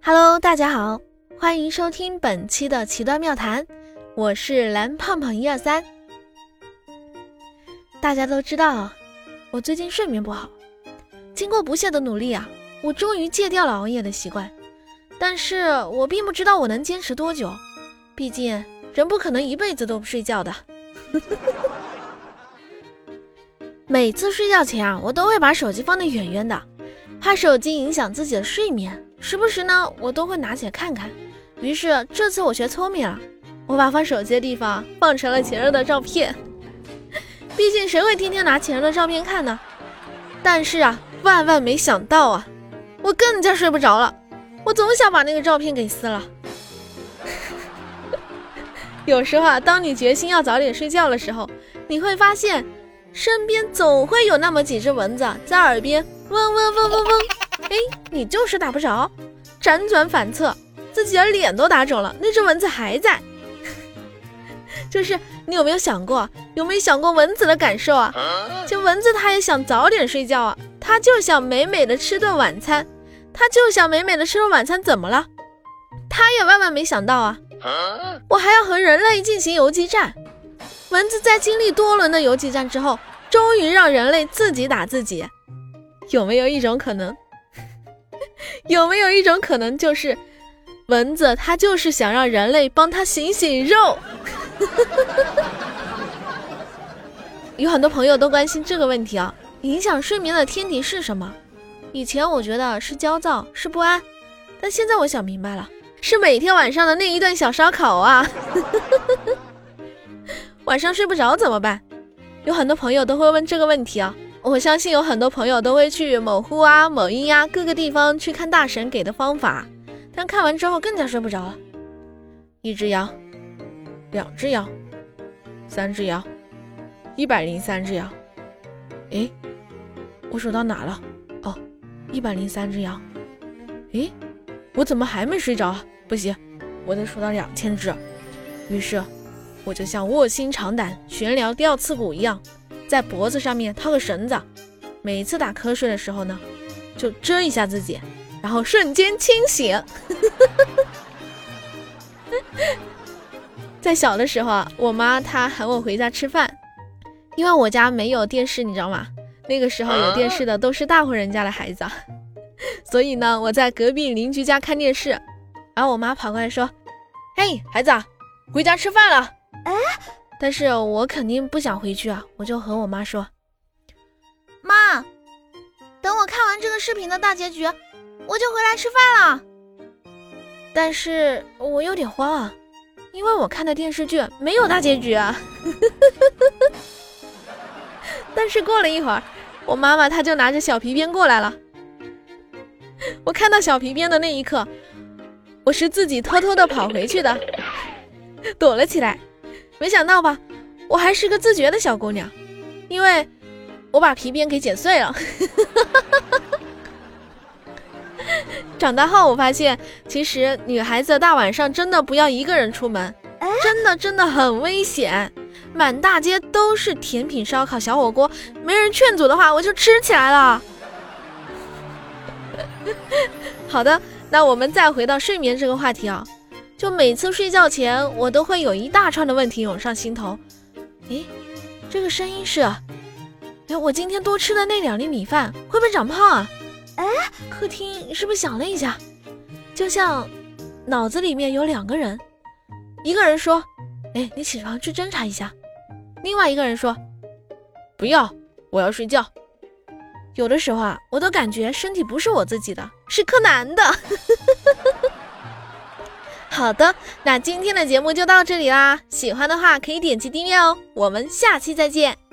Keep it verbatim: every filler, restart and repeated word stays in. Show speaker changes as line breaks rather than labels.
Hello， 大家好，欢迎收听本期的奇端妙谈，我是蓝胖胖一二三。大家都知道，我最近睡眠不好，经过不懈的努力啊，我终于戒掉了熬夜的习惯。但是我并不知道我能坚持多久，毕竟人不可能一辈子都不睡觉的。每次睡觉前啊，我都会把手机放得远远的，怕手机影响自己的睡眠。时不时呢，我都会拿起来看看。于是这次我学聪明了，我把放手机的地方放成了前任的照片。毕竟谁会天天拿前任的照片看呢？但是啊，万万没想到啊，我更加睡不着了。我总想把那个照片给撕了。有时候啊，当你决心要早点睡觉的时候，你会发现身边总会有那么几只蚊子在耳边嗡嗡嗡嗡嗡。哎，你就是打不着，辗转反侧，自己的脸都打肿了，那只蚊子还在。就是你有没有想过，有没有想过蚊子的感受啊？就蚊子它也想早点睡觉啊，它就想美美的吃顿晚餐，它就想美美的吃顿晚餐，怎么了？它也万万没想到啊，我还要和人类进行游击战。蚊子在经历多轮的游击战之后，终于让人类自己打自己。有没有一种可能？有没有一种可能，就是蚊子它就是想让人类帮它醒醒肉？有很多朋友都关心这个问题啊，影响睡眠的天敌是什么？以前我觉得是焦躁，是不安，但现在我想明白了，是每天晚上的那一顿小烧烤啊。晚上睡不着怎么办？有很多朋友都会问这个问题啊。我相信有很多朋友都会去某乎啊、某音啊各个地方去看大神给的方法，但看完之后更加睡不着了。一只羊，两只羊，三只羊，一百零三只羊。诶，我数到哪了？哦，一百零三只羊。诶，我怎么还没睡着啊？不行，我得数到两千只。于是我就像卧薪尝胆、悬梁吊刺股一样，在脖子上面套个绳子，每一次打瞌睡的时候呢，就遮一下自己，然后瞬间清醒。在小的时候啊，我妈她喊我回家吃饭，因为我家没有电视，你知道吗？那个时候有电视的都是大户人家的孩子，所以呢，我在隔壁邻居家看电视，然后我妈跑过来说：“嘿，孩子，回家吃饭了。”哎。但是我肯定不想回去啊，我就和我妈说：“妈，等我看完这个视频的大结局，我就回来吃饭了。”但是我有点慌啊，因为我看的电视剧没有大结局啊。但是过了一会儿，我妈妈她就拿着小皮鞭过来了。我看到小皮鞭的那一刻，我是自己偷偷的跑回去的，躲了起来。没想到吧，我还是个自觉的小姑娘，因为我把皮鞭给剪碎了。长大后我发现，其实女孩子大晚上真的不要一个人出门，真的真的很危险。满大街都是甜品、烧烤、小火锅，没人劝阻的话，我就吃起来了。好的，那我们再回到睡眠这个话题啊。就每次睡觉前，我都会有一大串的问题涌上心头。诶，这个声音是，诶，我今天多吃的那两粒米饭会不会长胖啊？诶，客厅是不是响了一下？就像脑子里面有两个人，一个人说：“诶，你起床去侦查一下。”另外一个人说：“不要，我要睡觉。”有的时候啊，我都感觉身体不是我自己的，是柯南的。好的，那今天的节目就到这里啦，喜欢的话可以点击订阅哦，我们下期再见。